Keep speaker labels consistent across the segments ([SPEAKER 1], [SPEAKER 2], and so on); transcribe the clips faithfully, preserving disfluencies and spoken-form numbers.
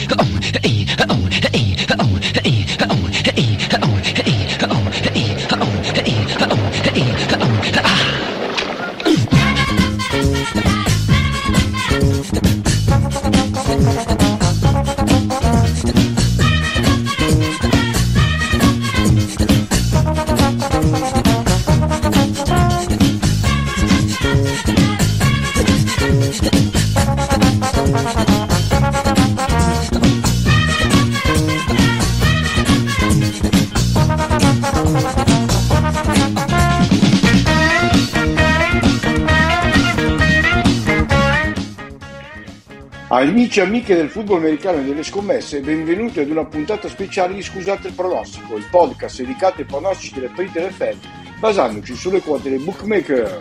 [SPEAKER 1] Amici e amiche del football americano e delle scommesse, benvenuti ad una puntata speciale di Scusate il pronostico, il podcast dedicato ai pronostici delle partite N F L basandoci sulle quote dei bookmaker.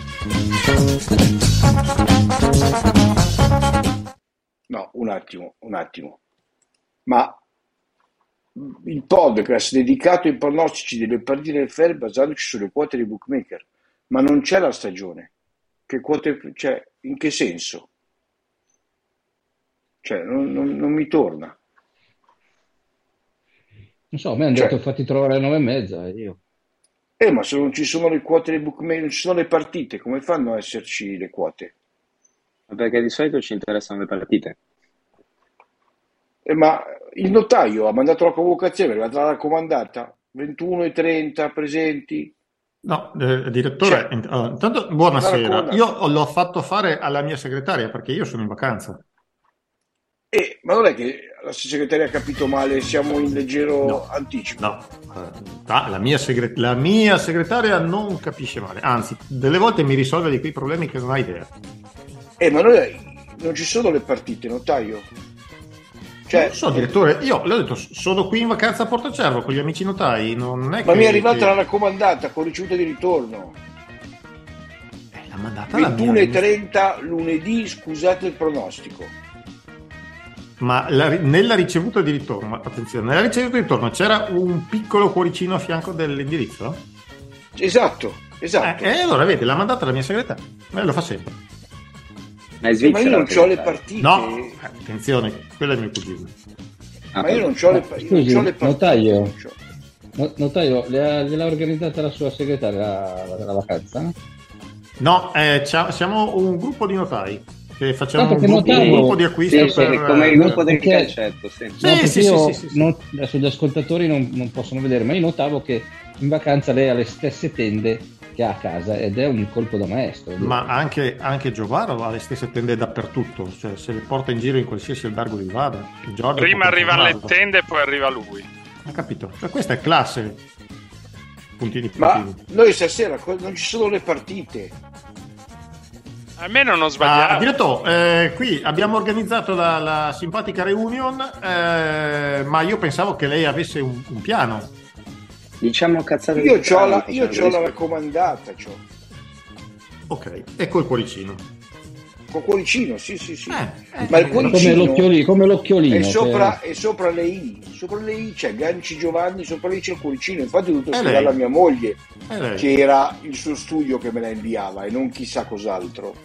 [SPEAKER 1] No, un attimo, un attimo. Ma il podcast dedicato ai pronostici delle partite N F L basandoci sulle quote dei bookmaker, ma non c'è la stagione. Che quote c'è? In che senso? Cioè, non, non, non mi torna.
[SPEAKER 2] Non so, a me hanno
[SPEAKER 1] Cioè,
[SPEAKER 2] detto fatti trovare alle nove e mezza e io.
[SPEAKER 1] Eh, ma se non ci sono le quote dei bookmaker, non ci sono le partite, come fanno a esserci le quote?
[SPEAKER 3] Perché di solito ci interessano le partite.
[SPEAKER 1] Eh, ma il notaio ha mandato la convocazione, è arrivata la raccomandata, ventuno e trenta presenti.
[SPEAKER 4] No, eh, direttore,
[SPEAKER 1] Cioè,
[SPEAKER 4] int- allora, intanto buonasera.
[SPEAKER 1] raccomandata.
[SPEAKER 4] Io l'ho fatto fare alla mia segretaria perché io sono in vacanza.
[SPEAKER 1] Eh, ma non è che la segretaria ha capito male, siamo in leggero
[SPEAKER 4] No,
[SPEAKER 1] anticipo.
[SPEAKER 4] no, eh, ah, la mia, segre- la mia segretaria non capisce male, anzi, delle volte mi risolve di quei problemi che non hai idea.
[SPEAKER 1] Eh, ma non, è, non ci sono le partite, notaio? Cioè,
[SPEAKER 4] Non so, direttore, io le ho detto, sono qui in vacanza a Portocervo con gli amici notai, non è
[SPEAKER 1] ma
[SPEAKER 4] che...
[SPEAKER 1] mi è arrivata
[SPEAKER 4] che-
[SPEAKER 1] la raccomandata con ricevuta di ritorno.
[SPEAKER 4] Eh, l'ha mandata la
[SPEAKER 1] ventuno
[SPEAKER 4] mia...
[SPEAKER 1] e trenta lunedì, scusate il pronostico.
[SPEAKER 4] Ma la ri- nella ricevuta di ritorno, attenzione, nella ricevuta di ritorno c'era un piccolo cuoricino a fianco dell'indirizzo?
[SPEAKER 1] Esatto, esatto.
[SPEAKER 4] Eh, e allora vedi, l'ha mandata la mia segretaria, lei lo fa sempre.
[SPEAKER 3] Ma è
[SPEAKER 1] Eh, ma io
[SPEAKER 3] Svizzera.
[SPEAKER 1] non
[SPEAKER 3] la
[SPEAKER 1] ho le
[SPEAKER 3] segretaria.
[SPEAKER 1] partite.
[SPEAKER 4] No, eh, attenzione, quello è il mio cugino.
[SPEAKER 3] Ah,
[SPEAKER 1] Ma io non ho le,
[SPEAKER 2] Ma
[SPEAKER 1] io
[SPEAKER 2] scusi,
[SPEAKER 1] non c'ho le partite.
[SPEAKER 2] notaio?
[SPEAKER 1] non c'ho.
[SPEAKER 2] No- Notaio, le ha- gliel'ha organizzata la sua segretaria la, la vacanza?
[SPEAKER 4] No, eh, c'ha- siamo un gruppo di notai che facciamo
[SPEAKER 2] No,
[SPEAKER 4] un
[SPEAKER 2] perché
[SPEAKER 4] gruppo, un
[SPEAKER 2] notavo-
[SPEAKER 4] gruppo di acquisti
[SPEAKER 3] Sì, sì,
[SPEAKER 4] per...
[SPEAKER 3] come il
[SPEAKER 4] eh,
[SPEAKER 3] gruppo del
[SPEAKER 2] perché-
[SPEAKER 3] calcetto, sì.
[SPEAKER 4] Sì,
[SPEAKER 2] No, perché
[SPEAKER 4] sì,
[SPEAKER 2] io
[SPEAKER 4] sì, sì, sì.
[SPEAKER 2] non- adesso gli ascoltatori non, non possono vedere, ma io notavo che in vacanza lei ha le stesse tende che ha a casa ed è un colpo da maestro.
[SPEAKER 4] Ma anche, anche Giovaro ha le stesse tende dappertutto, cioè se le porta in giro in qualsiasi albergo di vada. Giorgio
[SPEAKER 5] Prima
[SPEAKER 4] può
[SPEAKER 5] arrivano le
[SPEAKER 4] confermarlo.
[SPEAKER 5] tende e poi arriva lui.
[SPEAKER 4] Ha capito? Cioè, questa è classe. Puntini,
[SPEAKER 1] Ma
[SPEAKER 4] puntini.
[SPEAKER 1] noi stasera co- non ci sono le partite.
[SPEAKER 5] Almeno non
[SPEAKER 4] Ah,
[SPEAKER 5] sbagliare.
[SPEAKER 4] direttore, eh, qui abbiamo organizzato la, la simpatica reunion, eh, ma io pensavo che lei avesse un, un piano.
[SPEAKER 3] Diciamo cazzate
[SPEAKER 1] Io
[SPEAKER 3] di
[SPEAKER 1] c'ho la,
[SPEAKER 3] tanto,
[SPEAKER 1] io
[SPEAKER 3] cioè,
[SPEAKER 1] c'ho la
[SPEAKER 3] rispetto-
[SPEAKER 1] raccomandata, c'ho.
[SPEAKER 4] Ok, ecco il cuoricino.
[SPEAKER 1] Con cuoricino, sì, sì, sì.
[SPEAKER 4] Eh, eh,
[SPEAKER 1] Ma il
[SPEAKER 4] eh,
[SPEAKER 2] come
[SPEAKER 1] cuoricino
[SPEAKER 2] l'occhiolino, come l'occhiolino.
[SPEAKER 1] è
[SPEAKER 2] cioè-
[SPEAKER 1] sopra, è sopra le I. Sopra le I c'è Ganci Giovanni, sopra lì c'è il cuoricino. Infatti ho dovuto
[SPEAKER 4] È
[SPEAKER 1] spiegare
[SPEAKER 4] lei.
[SPEAKER 1] alla mia moglie
[SPEAKER 4] è lei.
[SPEAKER 1] che era il suo studio che me la inviava e non chissà cos'altro.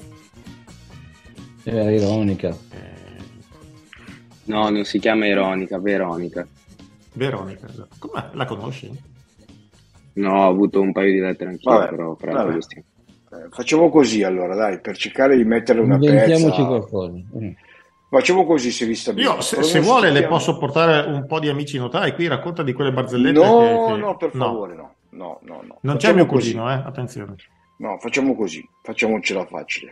[SPEAKER 2] Era ironica.
[SPEAKER 4] Eh,
[SPEAKER 3] No, non si chiama ironica, Veronica.
[SPEAKER 4] Veronica, esatto. Com'è? La conosci?
[SPEAKER 3] No, ho avuto un paio di lettere anch'io,
[SPEAKER 1] Vabbè,
[SPEAKER 3] però per
[SPEAKER 1] vabbè.
[SPEAKER 3] altre questioni.
[SPEAKER 1] Eh, facciamo così allora, dai, per cercare di mettere una
[SPEAKER 2] Inventiamoci
[SPEAKER 1] pezza.
[SPEAKER 2] qualcosa. Mm.
[SPEAKER 1] Facciamo così se vi sta bene.
[SPEAKER 4] Io, se, se vuole, le
[SPEAKER 1] Pronostichiamo-
[SPEAKER 4] posso portare un po' di amici notai qui, racconta di quelle barzellette
[SPEAKER 1] No,
[SPEAKER 4] che, che-
[SPEAKER 1] no, per favore, no. No, no, no.
[SPEAKER 4] Non c'è
[SPEAKER 1] Facciamo
[SPEAKER 4] mio
[SPEAKER 1] così.
[SPEAKER 4] cugino, eh? Attenzione.
[SPEAKER 1] No, facciamo così, facciamocela facile.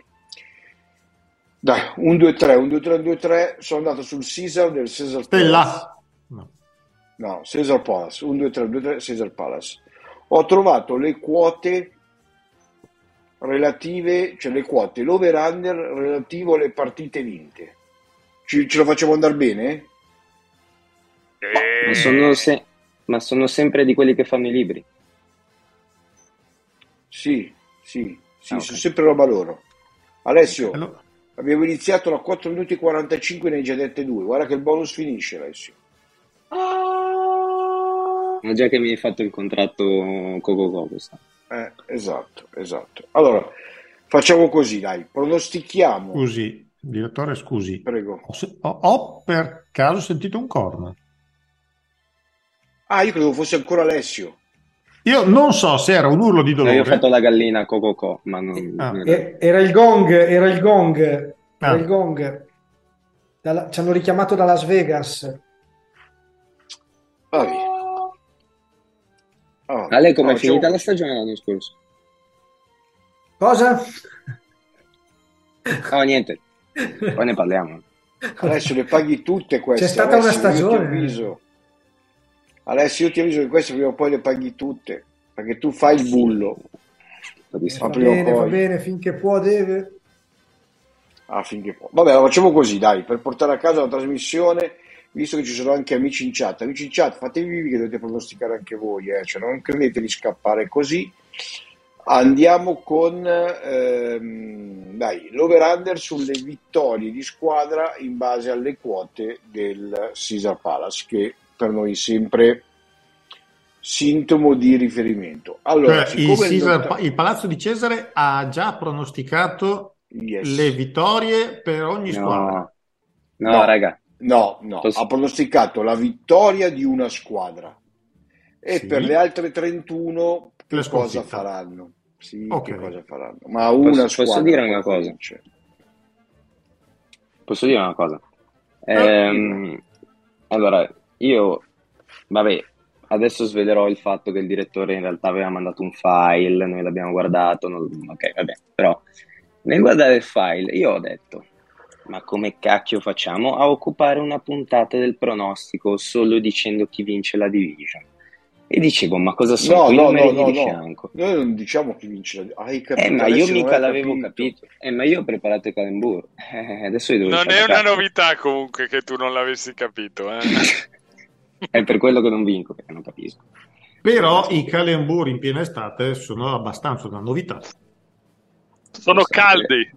[SPEAKER 1] Dai, un due tre, un due tre, un due tre, sono andato sul Caesar del Caesar Palace.
[SPEAKER 4] Stella! No.
[SPEAKER 1] No, Caesar Palace, un due tre, un due tre, Caesar Palace. Ho trovato le quote relative, cioè le quote, l'over-under relativo alle partite vinte. Ci, ce lo facciamo andare bene?
[SPEAKER 5] Eh,
[SPEAKER 3] Ma sono, se- ma sono sempre di quelli che fanno i libri.
[SPEAKER 1] Sì, sì, sì,
[SPEAKER 3] Ah, ok.
[SPEAKER 1] sono sempre roba loro. Alessio,
[SPEAKER 4] Allora-
[SPEAKER 1] abbiamo iniziato da quattro minuti e quarantacinque, ne hai già dette due. Guarda che il bonus finisce, Alessio.
[SPEAKER 3] Ma già che mi hai fatto il contratto Coco Coco, sta.
[SPEAKER 1] Eh, esatto, esatto. Allora, facciamo così, dai, pronostichiamo
[SPEAKER 4] Scusi, Direttore, scusi,
[SPEAKER 1] Prego.
[SPEAKER 4] ho, se- ho- ho per caso sentito un corno.
[SPEAKER 1] Ah, io credevo fosse ancora Alessio.
[SPEAKER 4] Io non so se era un urlo di
[SPEAKER 3] No, io ho fatto
[SPEAKER 4] dolore.
[SPEAKER 3] la gallina Cococò, ma non,
[SPEAKER 4] Ah.
[SPEAKER 3] non era.
[SPEAKER 5] E- Era il gong, era il gong, era
[SPEAKER 4] Ah.
[SPEAKER 5] il gong. Dalla- ci hanno richiamato da Las Vegas.
[SPEAKER 1] Va bene. Ah,
[SPEAKER 3] Ale, com'è
[SPEAKER 1] no,
[SPEAKER 3] finita
[SPEAKER 1] diciamo
[SPEAKER 3] la
[SPEAKER 1] così.
[SPEAKER 3] stagione l'anno scorso?
[SPEAKER 5] Cosa?
[SPEAKER 3] No, niente, poi ne parliamo.
[SPEAKER 1] Adesso le paghi tutte queste.
[SPEAKER 5] C'è stata una
[SPEAKER 1] Alessio, io ti
[SPEAKER 5] stagione.
[SPEAKER 1] avviso. Alessio, io ti avviso che queste prima o poi le paghi tutte, perché tu fai il bullo.
[SPEAKER 3] Lo
[SPEAKER 5] Eh,
[SPEAKER 3] so.
[SPEAKER 5] va
[SPEAKER 1] prima o
[SPEAKER 5] bene, va
[SPEAKER 1] poi.
[SPEAKER 5] bene, finché può deve.
[SPEAKER 1] Ah, finché può. Vabbè, lo facciamo così, dai, per portare a casa la trasmissione, visto che ci sono anche amici in chat. Amici in chat, fatevi vivi che dovete pronosticare anche voi, eh? Cioè, non credete di scappare così. Andiamo con ehm, dai, l'over-under sulle vittorie di squadra in base alle quote del Caesar Palace, che per noi è sempre sintomo di riferimento. Allora,
[SPEAKER 4] Cioè, il,
[SPEAKER 1] siccome il
[SPEAKER 4] Caesar-
[SPEAKER 1] nota-
[SPEAKER 4] il Palazzo di Cesare ha già pronosticato
[SPEAKER 1] Yes.
[SPEAKER 4] le vittorie per ogni squadra.
[SPEAKER 3] No, no, raga,
[SPEAKER 1] No, no,
[SPEAKER 3] Posso-
[SPEAKER 1] ha pronosticato la vittoria di una squadra e
[SPEAKER 4] Sì.
[SPEAKER 1] per le altre trentuno che
[SPEAKER 4] La
[SPEAKER 1] cosa
[SPEAKER 4] sconfitta.
[SPEAKER 1] faranno? Sì,
[SPEAKER 4] Ok.
[SPEAKER 1] che cosa faranno? Ma una
[SPEAKER 3] Posso-
[SPEAKER 1] squadra
[SPEAKER 3] posso dire
[SPEAKER 1] può
[SPEAKER 3] una cosa?
[SPEAKER 1] vincere.
[SPEAKER 3] posso dire una cosa?
[SPEAKER 1] Ah,
[SPEAKER 3] Ehm, allora, io, vabbè, adesso svelerò il fatto che il direttore in realtà aveva mandato un file, noi l'abbiamo guardato, non- ok, vabbè, però nel guardare il file io ho detto, ma come cacchio facciamo a occupare una puntata del pronostico solo dicendo chi vince la division? E dicevo, ma cosa sono
[SPEAKER 1] No,
[SPEAKER 3] quei
[SPEAKER 1] no, no,
[SPEAKER 3] numerini
[SPEAKER 1] no,
[SPEAKER 3] di
[SPEAKER 1] no.
[SPEAKER 3] fianco?
[SPEAKER 1] Noi non diciamo chi vince la... Hai capito?
[SPEAKER 3] Eh, ma io
[SPEAKER 1] Alessio non
[SPEAKER 3] mica
[SPEAKER 1] hai
[SPEAKER 3] l'avevo capito. Eh, ma io ho preparato il calemburo. Eh, adesso io devo
[SPEAKER 6] Non
[SPEAKER 3] riuscire
[SPEAKER 6] è
[SPEAKER 3] a
[SPEAKER 6] una
[SPEAKER 3] cazzo.
[SPEAKER 6] novità comunque che tu non l'avessi capito. Eh?
[SPEAKER 3] È per quello che non vinco, perché non capisco.
[SPEAKER 4] Però i calemburi in piena estate sono abbastanza una novità.
[SPEAKER 6] Sono
[SPEAKER 3] Sì,
[SPEAKER 6] caldi.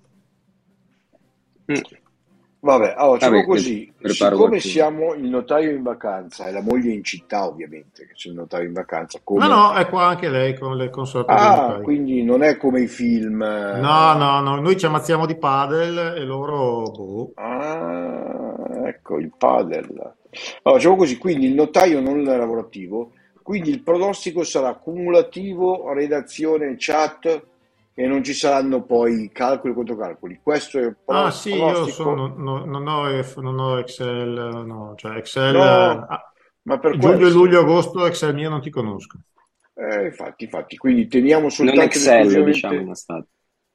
[SPEAKER 3] Mm.
[SPEAKER 1] Vabbè, allora facciamo
[SPEAKER 3] Vabbè,
[SPEAKER 1] così,
[SPEAKER 3] preparo
[SPEAKER 1] siccome
[SPEAKER 3] qualcuno.
[SPEAKER 1] siamo il notaio in vacanza e la moglie in città ovviamente, che c'è il notaio in vacanza, come...
[SPEAKER 4] No, no, è qua anche lei con le consorte dei
[SPEAKER 1] Ah,
[SPEAKER 4] notai.
[SPEAKER 1] quindi non è come i film... eh,
[SPEAKER 4] No, no, no, noi ci ammazziamo di padel e loro... boh.
[SPEAKER 1] Ah, ecco, il padel. Allora, facciamo così, quindi il notaio non è lavorativo, quindi il pronostico sarà cumulativo, redazione, chat, e non ci saranno poi calcoli e controcalcoli. Questo è il pro-
[SPEAKER 4] Ah sì, io
[SPEAKER 1] pronostico.
[SPEAKER 4] sono, no- non ho, F- non ho Excel, no, cioè Excel...
[SPEAKER 1] No,
[SPEAKER 4] ah,
[SPEAKER 1] ma per
[SPEAKER 4] giugno,
[SPEAKER 1] questo.
[SPEAKER 4] luglio, agosto, Excel mio non ti conosco.
[SPEAKER 1] Eh, infatti, infatti, quindi teniamo
[SPEAKER 3] Non
[SPEAKER 1] soltanto ed
[SPEAKER 3] Excel,
[SPEAKER 1] esclusivamente...
[SPEAKER 3] diciamo, ma stato.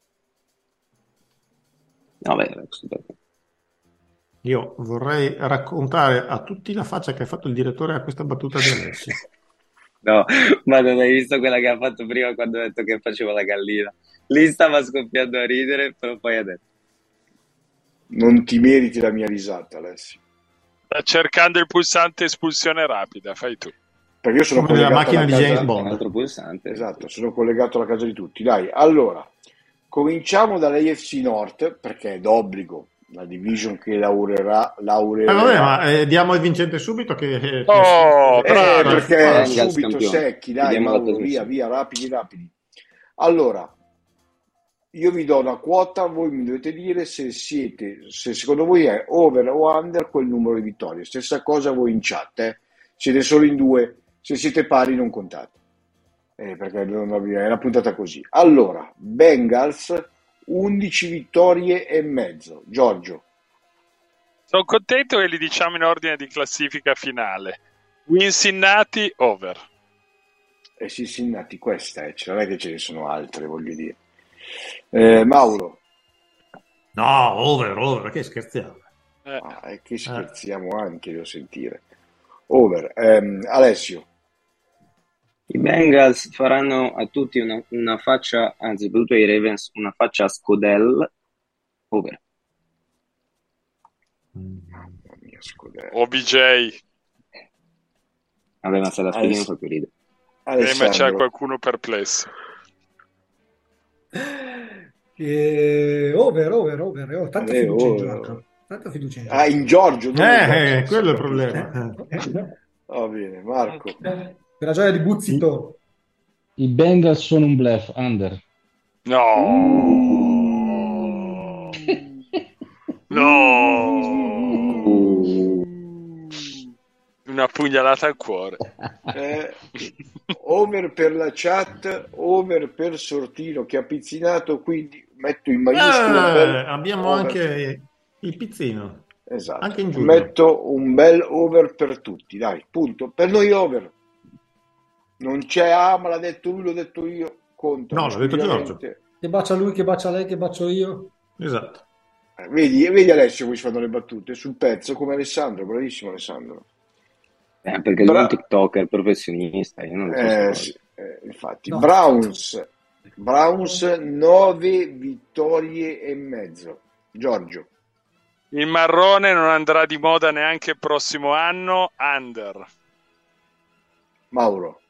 [SPEAKER 3] No, beh, questo perché.
[SPEAKER 4] Io vorrei raccontare a tutti la faccia che ha fatto il direttore a questa battuta di Alessio.
[SPEAKER 3] No, ma non hai visto quella che ha fatto prima quando ha detto che facevo la gallina? Lì stava scoppiando a ridere, però poi ha detto.
[SPEAKER 1] Non ti meriti la mia risata, Alessio.
[SPEAKER 6] Sta cercando il pulsante espulsione rapida, fai tu.
[SPEAKER 1] Perché io sono
[SPEAKER 4] Come nella
[SPEAKER 1] collegato
[SPEAKER 4] macchina
[SPEAKER 1] alla
[SPEAKER 4] di
[SPEAKER 1] casa...
[SPEAKER 4] James
[SPEAKER 3] Un
[SPEAKER 4] Bond.
[SPEAKER 3] altro pulsante.
[SPEAKER 1] Esatto, sono collegato alla casa di tutti. Dai, allora, cominciamo dall'A F C North, perché è d'obbligo, la division che laurerà...
[SPEAKER 4] Eh,
[SPEAKER 1] laurerà.
[SPEAKER 4] vabbè, ma eh, diamo il vincente subito che... che-
[SPEAKER 6] Oh,
[SPEAKER 1] Eh,
[SPEAKER 6] bravi.
[SPEAKER 1] perché
[SPEAKER 3] Bengals
[SPEAKER 1] subito
[SPEAKER 3] campione.
[SPEAKER 1] secchi, dai,
[SPEAKER 3] Chiudiamo la
[SPEAKER 1] Mauro, via,
[SPEAKER 3] trasmissione.
[SPEAKER 1] via, rapidi, rapidi. Allora, io vi do una quota, voi mi dovete dire se siete, se secondo voi è over o under quel numero di vittorie. Stessa cosa voi in chat, eh. Siete solo in due, se siete pari non contate. Eh, perché non avvi- è una puntata così. Allora, Bengals, undici vittorie e mezzo. Giorgio,
[SPEAKER 6] Sono contento che li diciamo in ordine di classifica finale. Cincinnati over.
[SPEAKER 1] e Cincinnati, questa è, cioè, non è che ce ne sono altre, voglio dire. Eh, Mauro,
[SPEAKER 4] No, over, over, che scherziamo.
[SPEAKER 6] Eh,
[SPEAKER 1] ah, è che scherziamo anche, devo sentire. Over. Ehm, Alessio,
[SPEAKER 3] I Bengals faranno a tutti una, una faccia, anzi, soprattutto ai Ravens, una faccia a scodel over.
[SPEAKER 1] mamma mia, scudetto.
[SPEAKER 6] O B J.
[SPEAKER 3] Vabbè, ma se la spieghi non
[SPEAKER 1] Aless-
[SPEAKER 3] fa più ridere.
[SPEAKER 6] Eh, ma c'è
[SPEAKER 1] Alessandro,
[SPEAKER 6] qualcuno perplesso.
[SPEAKER 5] Eh, over, over, over. Ho tanta
[SPEAKER 1] Eh,
[SPEAKER 5] fiducia in
[SPEAKER 1] over.
[SPEAKER 5] Giorgio. Tanta fiducia in
[SPEAKER 1] ah,
[SPEAKER 5] Giorgio.
[SPEAKER 1] in Giorgio, non in
[SPEAKER 4] Eh,
[SPEAKER 1] Giorgio,
[SPEAKER 4] eh, quello è il
[SPEAKER 1] ho
[SPEAKER 4] problema.
[SPEAKER 1] capito.
[SPEAKER 4] Eh.
[SPEAKER 1] Va bene, Marco.
[SPEAKER 5] Per la gioia di Buzzito.
[SPEAKER 2] I Bengals sono un bluff, under.
[SPEAKER 6] No.
[SPEAKER 1] Uh.
[SPEAKER 6] No!
[SPEAKER 3] Uh.
[SPEAKER 6] Una pugnalata al cuore.
[SPEAKER 1] Eh, over per la chat, over per Sortino che ha pizzinato, quindi metto in maiuscolo un bel
[SPEAKER 4] Eh, abbiamo
[SPEAKER 1] over.
[SPEAKER 4] anche il pizzino.
[SPEAKER 1] Esatto.
[SPEAKER 4] Anche in giugno.
[SPEAKER 1] Metto un bel over per tutti, dai, punto. Per noi over. Non c'è, ah, ma l'ha detto lui, l'ho detto io. Conto.
[SPEAKER 4] No, l'ha detto Giorgio.
[SPEAKER 5] Che bacia lui, che bacia lei, che bacio io.
[SPEAKER 4] Esatto.
[SPEAKER 1] Eh, Vedi, vedi Alessio come si fanno le battute sul pezzo, come Alessandro, bravissimo Alessandro.
[SPEAKER 3] Eh, perché lui è
[SPEAKER 1] Bra-
[SPEAKER 3] un TikToker professionista, io non lo so. sta
[SPEAKER 1] Eh,
[SPEAKER 3] cosa.
[SPEAKER 1] sì, eh, infatti,
[SPEAKER 5] No.
[SPEAKER 1] Browns, Browns nove vittorie e mezzo. Giorgio,
[SPEAKER 6] Il marrone non andrà di moda neanche il prossimo anno. Under.
[SPEAKER 1] Mauro,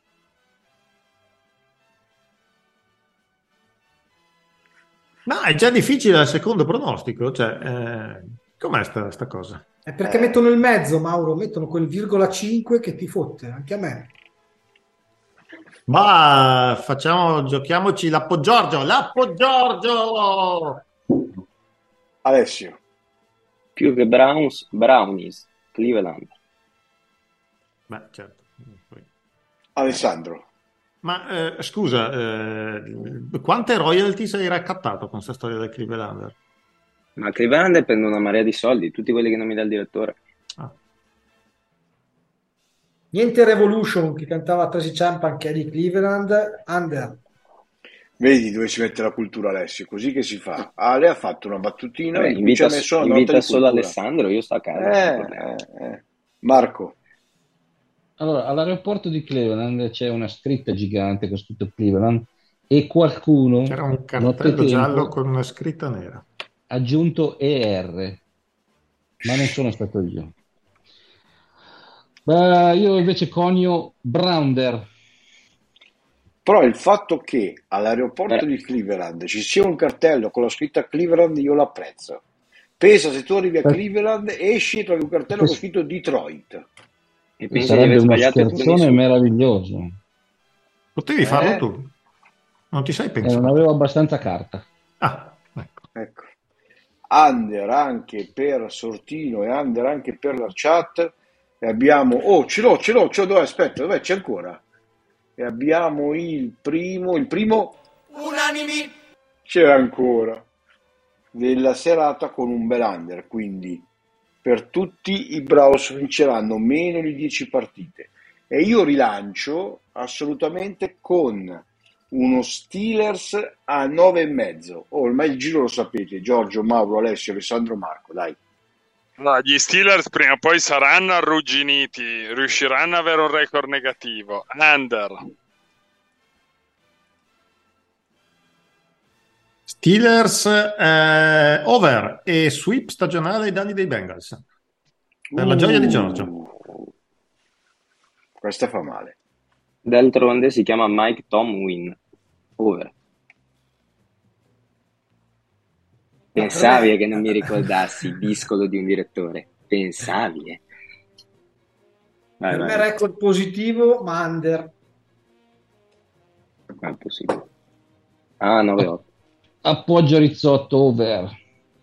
[SPEAKER 4] Ma è già difficile al secondo pronostico, cioè, eh, com'è sta, sta cosa?
[SPEAKER 5] È perché
[SPEAKER 1] Eh.
[SPEAKER 5] mettono il mezzo, Mauro, mettono quel virgola cinque che ti fotte, anche a me.
[SPEAKER 4] Ma facciamo, giochiamoci l'Appo Giorgio, l'Appo Giorgio!
[SPEAKER 1] Alessio,
[SPEAKER 3] Più che Browns, Brownies, Cleveland.
[SPEAKER 4] Beh, certo. Poi-
[SPEAKER 1] Alessandro,
[SPEAKER 4] Ma eh, scusa, eh, quante royalties hai raccattato con questa storia del Cleveland?
[SPEAKER 3] Ma Cleveland prende una marea di soldi, tutti quelli che non mi dà il direttore.
[SPEAKER 4] Ah.
[SPEAKER 5] Niente Revolution che cantava Tracy Chapman che è di Cleveland, Under.
[SPEAKER 1] vedi dove si mette la cultura Alessio, così che si fa. Ale ha fatto una battutina
[SPEAKER 3] Vabbè,
[SPEAKER 1] in cui ci ha
[SPEAKER 3] invita,
[SPEAKER 1] messo la
[SPEAKER 3] invita
[SPEAKER 1] nota di
[SPEAKER 3] solo
[SPEAKER 1] cultura.
[SPEAKER 3] Alessandro, io sto a casa. non c'è
[SPEAKER 1] Eh,
[SPEAKER 3] problema.
[SPEAKER 1] eh, eh. Marco,
[SPEAKER 2] Allora, all'aeroporto di Cleveland c'è una scritta gigante con scritto Cleveland e qualcuno,
[SPEAKER 4] C'era un
[SPEAKER 2] nottetempo,
[SPEAKER 4] cartello giallo con una scritta nera.
[SPEAKER 2] ha aggiunto E R, ma non sono stato io. Beh, io invece conio Brounder.
[SPEAKER 1] però il fatto che all'aeroporto
[SPEAKER 3] Eh.
[SPEAKER 1] di Cleveland ci sia un cartello con la scritta Cleveland io l'apprezzo. Pensa se tu arrivi a
[SPEAKER 2] Eh.
[SPEAKER 1] Cleveland esci e trovi un cartello con scritto Detroit.
[SPEAKER 3] E penso di
[SPEAKER 2] Sarebbe
[SPEAKER 3] aver
[SPEAKER 2] uno
[SPEAKER 3] sbagliato i turni
[SPEAKER 2] scherzone
[SPEAKER 3] su.
[SPEAKER 2] meraviglioso.
[SPEAKER 4] Potevi
[SPEAKER 1] Eh?
[SPEAKER 4] farlo tu, non ti sei
[SPEAKER 2] E
[SPEAKER 4] pensato.
[SPEAKER 2] non avevo abbastanza carta.
[SPEAKER 4] Ah, ecco.
[SPEAKER 1] Ecco. Under anche per Sortino e under anche per la chat. E abbiamo, oh, ce l'ho, ce l'ho, ce l'ho, dov'è? Aspetta, dov'è? C'è ancora. E abbiamo il primo, il primo
[SPEAKER 7] Unanimi.
[SPEAKER 1] c'era ancora della serata con un bel under, quindi per tutti i Browns vinceranno meno di dieci partite. E io rilancio assolutamente con uno Steelers a nove e mezzo. Oh, ormai il giro lo sapete, Giorgio, Mauro, Alessio, Alessandro, Marco, dai.
[SPEAKER 6] Allora, gli Steelers prima o poi saranno arrugginiti, riusciranno ad avere un record negativo. Under.
[SPEAKER 4] Steelers eh, over e sweep stagionale ai danni dei Bengals. Per la gioia di Giorgio.
[SPEAKER 1] Uh, Questa fa male.
[SPEAKER 3] D'altronde si chiama Mike Tom Win. Over. Pensavi che non mi ricordassi il discolo di un direttore? Pensavi, eh? Vai,
[SPEAKER 5] Per me
[SPEAKER 3] vai.
[SPEAKER 5] record positivo, ma Under.
[SPEAKER 3] Non è possibile. Ah, nove otto.
[SPEAKER 2] Appoggio Rizzotto over.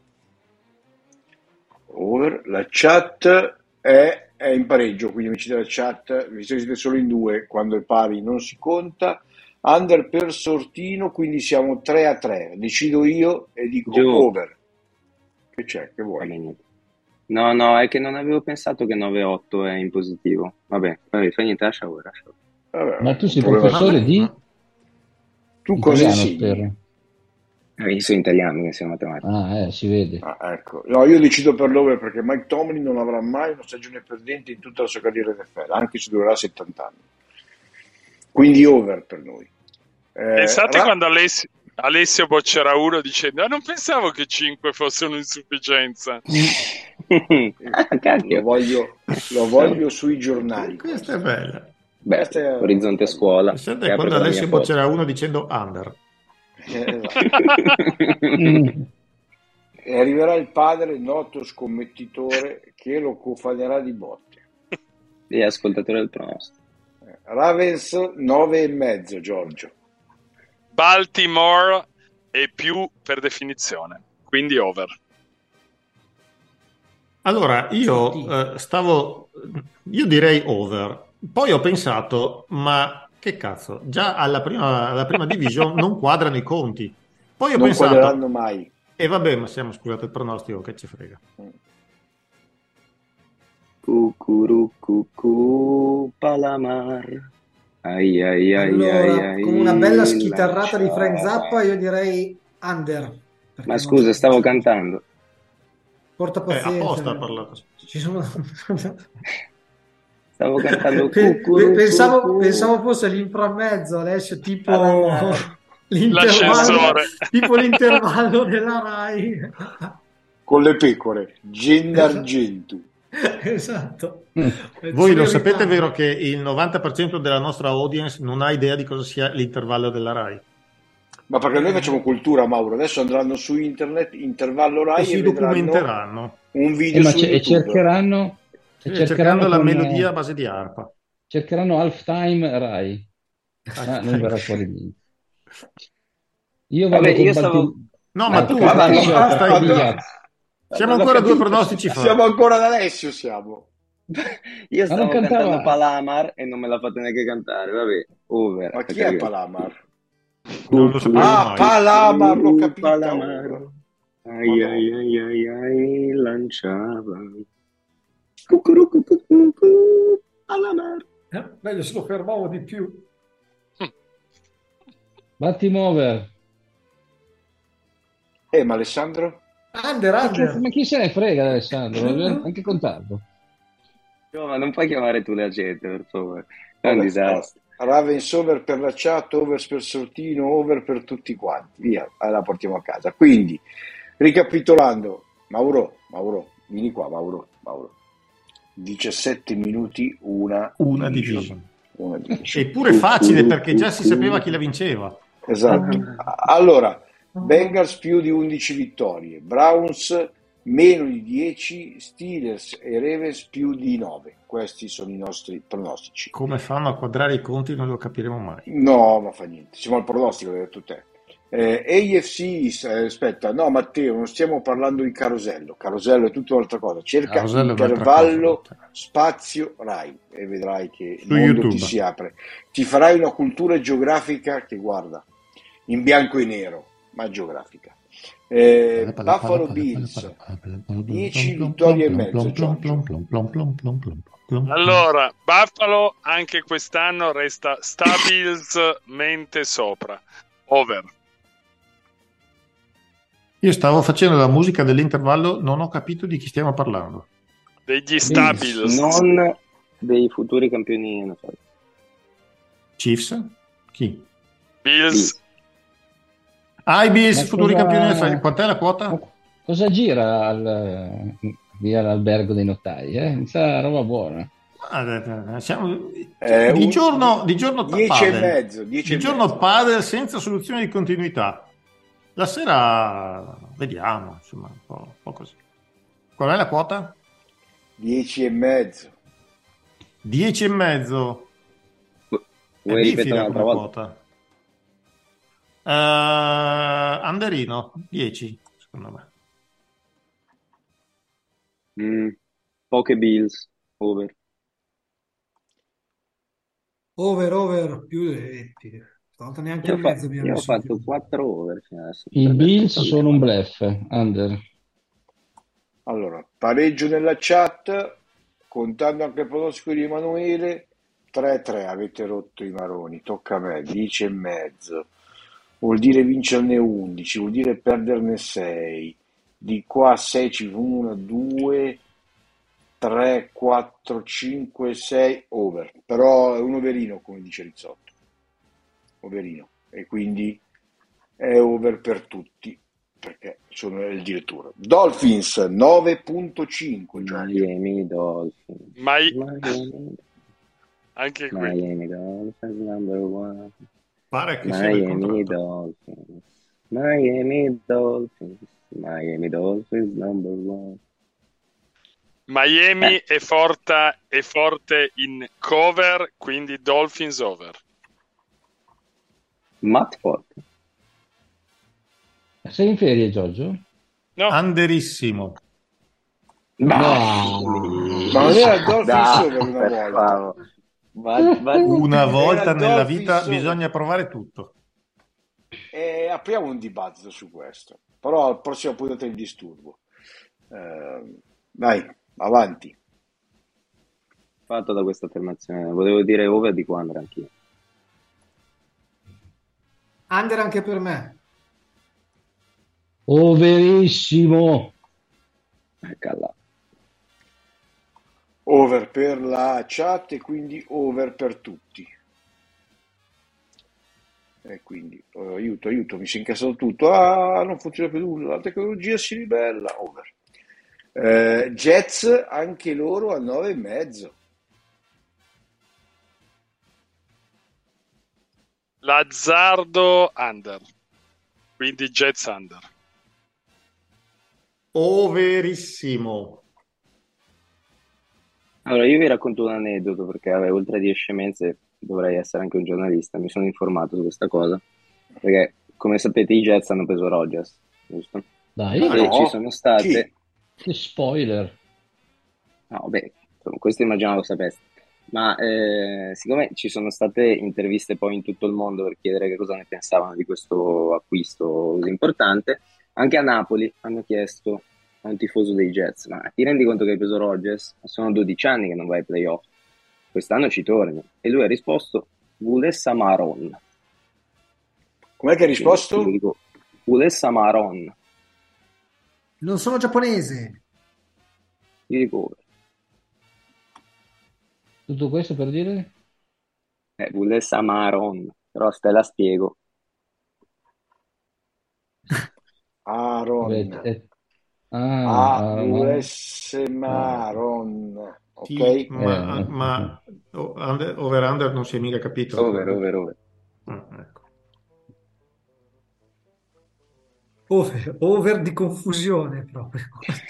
[SPEAKER 1] Over. La chat è, è in pareggio, quindi amici della chat, visto che siete solo in due, quando è pari non si conta. Under per Sortino, quindi siamo tre a tre. Decido io e dico
[SPEAKER 3] Giù.
[SPEAKER 1] over. Che c'è? Che
[SPEAKER 3] Va
[SPEAKER 1] vuoi?
[SPEAKER 3] bene. No, no, è che non avevo pensato che nove otto è in positivo. Vabbè, vabbè, fai niente, lascia ora. lascia ora.
[SPEAKER 1] Vabbè,
[SPEAKER 2] Ma tu sei
[SPEAKER 1] un problema-
[SPEAKER 2] professore di
[SPEAKER 1] Tu cosa
[SPEAKER 2] italiano,
[SPEAKER 1] insegni?
[SPEAKER 2] spero.
[SPEAKER 3] Eh, io sono italiano, che sono matematico.
[SPEAKER 2] Ah, eh, si vede.
[SPEAKER 1] Ah, ecco. No, io decido per l'over perché Mike Tomlin non avrà mai una stagione perdente in tutta la sua carriera in N F L, anche se durerà settanta anni. Quindi over per noi. Eh,
[SPEAKER 6] Pensate
[SPEAKER 1] Ra-
[SPEAKER 6] quando Alessio, Alessio boccerà uno dicendo ah, non pensavo che cinque fosse un'insufficienza.
[SPEAKER 3] Ah,
[SPEAKER 1] lo
[SPEAKER 3] cacchio.
[SPEAKER 1] voglio, lo voglio sui giornali.
[SPEAKER 4] Questa è bella.
[SPEAKER 3] Beh,
[SPEAKER 1] Questa è-
[SPEAKER 3] Orizzonte Scuola.
[SPEAKER 4] Sente
[SPEAKER 3] che ha
[SPEAKER 4] quando
[SPEAKER 3] preso la
[SPEAKER 4] Alessio
[SPEAKER 3] mia foto.
[SPEAKER 4] boccerà uno dicendo under.
[SPEAKER 1] Eh, esatto. E arriverà il padre, il noto scommettitore, che lo cofanerà di botte.
[SPEAKER 3] E ascoltatore del pronostico.
[SPEAKER 1] Eh, Ravens nove e mezzo, Giorgio.
[SPEAKER 6] Baltimore è più per definizione, quindi over.
[SPEAKER 4] Allora, io
[SPEAKER 5] Sì.
[SPEAKER 4] eh, stavo, io direi over. Poi ho pensato, ma che cazzo, già alla prima, alla prima division non quadrano i conti. Poi ho
[SPEAKER 1] Non
[SPEAKER 4] pensato,
[SPEAKER 1] quadreranno mai.
[SPEAKER 4] e vabbè, ma siamo, scusate il pronostico, che ci frega.
[SPEAKER 3] Cucurucucù, Palamar. Ai ai ai ai
[SPEAKER 5] Allora, con una bella
[SPEAKER 3] ai,
[SPEAKER 5] schitarrata di Frank Zappa,
[SPEAKER 3] lanciava.
[SPEAKER 5] io direi under,
[SPEAKER 3] Ma
[SPEAKER 5] perché non
[SPEAKER 3] scusa,
[SPEAKER 5] c'è, non
[SPEAKER 3] stavo
[SPEAKER 5] c'è-
[SPEAKER 3] cantando.
[SPEAKER 5] porta
[SPEAKER 4] Eh,
[SPEAKER 5] pazienza.
[SPEAKER 4] apposta ha parlato.
[SPEAKER 5] Ci sono...
[SPEAKER 3] Stavo cantando
[SPEAKER 5] Pe- pe- Pensavo,
[SPEAKER 3] cucurucucù,
[SPEAKER 5] pensavo fosse l'inframezzo, Alessio, tipo
[SPEAKER 3] Palamar.
[SPEAKER 5] l'intervallo,
[SPEAKER 6] L'ascensore.
[SPEAKER 5] tipo l'intervallo della Rai.
[SPEAKER 1] Con le pecore, Gen
[SPEAKER 5] Esatto.
[SPEAKER 1] d'Argento.
[SPEAKER 5] Esatto.
[SPEAKER 2] Mm.
[SPEAKER 4] Voi lo
[SPEAKER 5] Sono
[SPEAKER 4] sapete,
[SPEAKER 5] irritante.
[SPEAKER 4] vero, che il novanta per cento della nostra audience non ha idea di cosa sia l'intervallo della Rai?
[SPEAKER 1] Ma perché noi
[SPEAKER 5] Eh,
[SPEAKER 1] facciamo cultura, Mauro. Adesso andranno su internet, intervallo
[SPEAKER 4] E
[SPEAKER 1] Rai, e
[SPEAKER 4] si
[SPEAKER 1] vedranno
[SPEAKER 4] documenteranno,
[SPEAKER 1] un
[SPEAKER 2] Eh,
[SPEAKER 1] video
[SPEAKER 2] ma
[SPEAKER 1] su
[SPEAKER 2] ce- e
[SPEAKER 1] YouTube.
[SPEAKER 2] cercheranno, e
[SPEAKER 4] eh,
[SPEAKER 2] cercheranno
[SPEAKER 4] cercando la
[SPEAKER 2] con,
[SPEAKER 4] melodia a
[SPEAKER 2] eh,
[SPEAKER 4] base di arpa.
[SPEAKER 2] cercheranno halftime Rai. Ah, non verrà fuori niente. Io
[SPEAKER 3] Vabbè,
[SPEAKER 2] vado con
[SPEAKER 3] io stavo...
[SPEAKER 2] Balti...
[SPEAKER 4] No, ma
[SPEAKER 3] Ah,
[SPEAKER 4] tu,
[SPEAKER 2] Baltica
[SPEAKER 3] ma,
[SPEAKER 4] tu
[SPEAKER 3] ma,
[SPEAKER 2] Calcio
[SPEAKER 3] ma,
[SPEAKER 2] per
[SPEAKER 4] stai
[SPEAKER 3] ma,
[SPEAKER 2] Toby
[SPEAKER 3] ma,
[SPEAKER 4] lì.
[SPEAKER 2] Gaz.
[SPEAKER 4] Siamo
[SPEAKER 3] l'ho
[SPEAKER 4] ancora due
[SPEAKER 3] capito.
[SPEAKER 4] pronostici
[SPEAKER 1] Siamo
[SPEAKER 4] fa.
[SPEAKER 1] ancora ad Alessio, siamo.
[SPEAKER 3] Io
[SPEAKER 2] Ma non
[SPEAKER 3] stavo cantando
[SPEAKER 2] cantava...
[SPEAKER 3] Palamar e non me la fate neanche cantare. Vabbè, over.
[SPEAKER 1] Ma chi è
[SPEAKER 3] Perché...
[SPEAKER 1] Palamar?
[SPEAKER 4] Non lo sapremo
[SPEAKER 1] Ah,
[SPEAKER 4] mai.
[SPEAKER 1] Palamar, l'ho
[SPEAKER 3] Cucurucucù,
[SPEAKER 1] capita ora.
[SPEAKER 3] Palamar. Ai ai
[SPEAKER 1] Madonna.
[SPEAKER 3] ai ai ai, lanciava. Cucurucucucucù, Palamar.
[SPEAKER 5] eh, meglio se lo fermavo di più.
[SPEAKER 2] Baltimore over.
[SPEAKER 1] Eh, ma Alessandro?
[SPEAKER 5] Under,
[SPEAKER 2] Ma, che-
[SPEAKER 5] under.
[SPEAKER 2] ma chi se ne frega, Alessandro? Dobbiamo anche contarlo.
[SPEAKER 3] No, ma non puoi chiamare tu la gente, per favore. È un
[SPEAKER 1] Vabbè,
[SPEAKER 3] disastro.
[SPEAKER 1] Ravens over per la chat, over per Sortino, over per tutti quanti. Via, la portiamo a casa. Quindi, ricapitolando, Mauro, Mauro, vieni qua, Mauro, Mauro. diciassette minuti, una,
[SPEAKER 4] Una
[SPEAKER 1] division.
[SPEAKER 4] division.
[SPEAKER 1] Una division.
[SPEAKER 4] Eppure facile, perché già si sapeva chi la vinceva.
[SPEAKER 1] Esatto. Allora, Bengals più di undici vittorie, Browns meno di dieci, Steelers e Ravens più di nove. Questi sono i nostri pronostici.
[SPEAKER 4] Come fanno a quadrare i conti non lo capiremo mai.
[SPEAKER 1] No, ma fa niente. Siamo al pronostico, l'hai detto te. Eh, A F C, eh, aspetta, no Matteo, non stiamo parlando di carosello. Carosello è tutta un'altra cosa. Cerca
[SPEAKER 4] Carosello è un'altra
[SPEAKER 1] intervallo,
[SPEAKER 4] cosa.
[SPEAKER 1] spazio, Rai e vedrai che il
[SPEAKER 4] Su
[SPEAKER 1] mondo
[SPEAKER 4] YouTube.
[SPEAKER 1] ti si apre. Ti farai una cultura geografica che guarda, in bianco e nero, ma geografica. Eh, Buffalo Bills, dieci vittorie e mezzo, Giorgio.
[SPEAKER 6] Allora, Buffalo anche quest'anno resta stabilmente sopra. Over.
[SPEAKER 4] Io stavo facendo la musica dell'intervallo, non ho capito di chi stiamo parlando.
[SPEAKER 6] Degli Stabils.
[SPEAKER 3] Non dei futuri campioni N F L.
[SPEAKER 4] Chiefs? Chi?
[SPEAKER 6] Bills.
[SPEAKER 4] Ah, i Bills,
[SPEAKER 2] Ma
[SPEAKER 4] futuri
[SPEAKER 2] cosa-
[SPEAKER 4] campioni N F L. Quant'è la quota?
[SPEAKER 2] Ma cosa gira al, via l'albergo dei notai? Eh? Mi sa roba buona.
[SPEAKER 4] Ah, eh, eh, siamo-
[SPEAKER 1] Eh,
[SPEAKER 4] di
[SPEAKER 1] un-
[SPEAKER 4] giorno, di giorno
[SPEAKER 1] dieci e
[SPEAKER 4] padel.
[SPEAKER 1] mezzo, dieci
[SPEAKER 4] Di
[SPEAKER 1] e
[SPEAKER 4] giorno
[SPEAKER 1] mezzo.
[SPEAKER 4] padel senza soluzione di continuità. La sera vediamo, insomma, un po', un po' così. Qual è la quota?
[SPEAKER 1] Dieci e mezzo.
[SPEAKER 4] Dieci e mezzo. È
[SPEAKER 3] Vuoi ripetere
[SPEAKER 4] bifida
[SPEAKER 3] un'altra
[SPEAKER 4] come
[SPEAKER 3] volta?
[SPEAKER 4] quota. Eh, Anderino, dieci, secondo me.
[SPEAKER 3] Mm, poche Bills. Over.
[SPEAKER 5] Over, over, più di venti. Stavolta neanche
[SPEAKER 3] Io,
[SPEAKER 5] il
[SPEAKER 3] ho fa-
[SPEAKER 5] mezzo abbiamo
[SPEAKER 3] io ho
[SPEAKER 5] messo in
[SPEAKER 3] fatto
[SPEAKER 5] più.
[SPEAKER 3] quattro over fino adesso.
[SPEAKER 2] I
[SPEAKER 3] Potrebbe
[SPEAKER 2] Bills
[SPEAKER 3] essere
[SPEAKER 2] sono un
[SPEAKER 3] problema.
[SPEAKER 2] bluff, under.
[SPEAKER 1] Allora, pareggio nella chat, contando anche il pronostico di Emanuele, tre a tre, avete rotto i maroni, tocca a me, dieci e mezzo, vuol dire vincerne undici, vuol dire perderne sei, di qua a sei ci sono uno, due, tre, quattro, cinque, sei, over, però è un overino come dice Rizzotto, overino, e quindi è over per tutti. Perché sono il direttore. Dolphins nove virgola cinque, Giorgio.
[SPEAKER 3] Miami Dolphins.
[SPEAKER 6] Mai-
[SPEAKER 3] Miami,
[SPEAKER 6] Anche qui.
[SPEAKER 3] Miami Dolphins number one.
[SPEAKER 4] Pare che sia nel
[SPEAKER 3] Miami
[SPEAKER 4] contratto.
[SPEAKER 3] Dolphins. Miami Dolphins. Miami Dolphins number one.
[SPEAKER 6] Miami
[SPEAKER 3] Eh.
[SPEAKER 6] è, forte, è forte in cover, quindi Dolphins over.
[SPEAKER 3] Matt Forte.
[SPEAKER 2] Sei in ferie, Giorgio?
[SPEAKER 6] No,
[SPEAKER 4] Anderissimo.
[SPEAKER 3] Bah,
[SPEAKER 2] No.
[SPEAKER 1] Ma non era Dolphins
[SPEAKER 3] Dai,
[SPEAKER 1] over una
[SPEAKER 3] per
[SPEAKER 1] volta?
[SPEAKER 3] favore. Ma- ma-
[SPEAKER 4] Una volta
[SPEAKER 1] Era
[SPEAKER 4] nella
[SPEAKER 1] Dolphins
[SPEAKER 4] vita
[SPEAKER 1] over.
[SPEAKER 4] bisogna provare tutto.
[SPEAKER 1] E apriamo un dibattito su questo, però al prossimo punto il disturbo. Eh, dai, avanti.
[SPEAKER 3] fatto da questa affermazione, volevo dire over di Quandra anch'io.
[SPEAKER 5] Under anche per me.
[SPEAKER 2] Overissimo.
[SPEAKER 3] Ecco là.
[SPEAKER 1] Over per la chat e quindi over per tutti. E quindi oh, aiuto, aiuto, mi si è incassato tutto. Ah, non funziona più nulla, la tecnologia si ribella. Over. Eh, Jets anche loro a nove e mezzo.
[SPEAKER 6] L'azzardo under, quindi Jets under.
[SPEAKER 4] Overissimo.
[SPEAKER 3] Allora, io vi racconto un aneddoto perché vabbè, oltre a dire scemenze dovrei essere anche un giornalista, mi sono informato su questa cosa, perché come sapete i Jets hanno preso Rodgers, giusto?
[SPEAKER 2] Dai,
[SPEAKER 1] Ma
[SPEAKER 3] E
[SPEAKER 1] no,
[SPEAKER 3] ci sono state...
[SPEAKER 1] chi?
[SPEAKER 2] che spoiler.
[SPEAKER 3] No, beh, insomma, questo immaginavo lo sapeste. Ma eh, siccome ci sono state interviste poi in tutto il mondo per chiedere che cosa ne pensavano di questo acquisto così importante, anche a Napoli hanno chiesto a un tifoso dei Jets, ma ti rendi conto che hai preso Rodgers? Sono dodici anni che non vai ai playoff, quest'anno ci torni. E lui ha risposto, Vule Samaron.
[SPEAKER 1] Com'è che ha
[SPEAKER 3] Quindi
[SPEAKER 1] risposto?
[SPEAKER 3] io dico, Vule Samaron.
[SPEAKER 5] Non sono giapponese.
[SPEAKER 3] Io dico, over.
[SPEAKER 2] Tutto questo per dire?
[SPEAKER 3] Eh, Vule Samaron, però te la spiego.
[SPEAKER 1] Aaron.
[SPEAKER 2] Vabbè, eh, ah,
[SPEAKER 1] A
[SPEAKER 2] ah,
[SPEAKER 1] U
[SPEAKER 2] ma-
[SPEAKER 1] S Maron. Ok?
[SPEAKER 4] Sì, ma,
[SPEAKER 2] eh,
[SPEAKER 4] ma oh, under- over under non si è mica capito.
[SPEAKER 3] Over, over, over.
[SPEAKER 4] Ah, ecco.
[SPEAKER 5] Over, over di confusione proprio.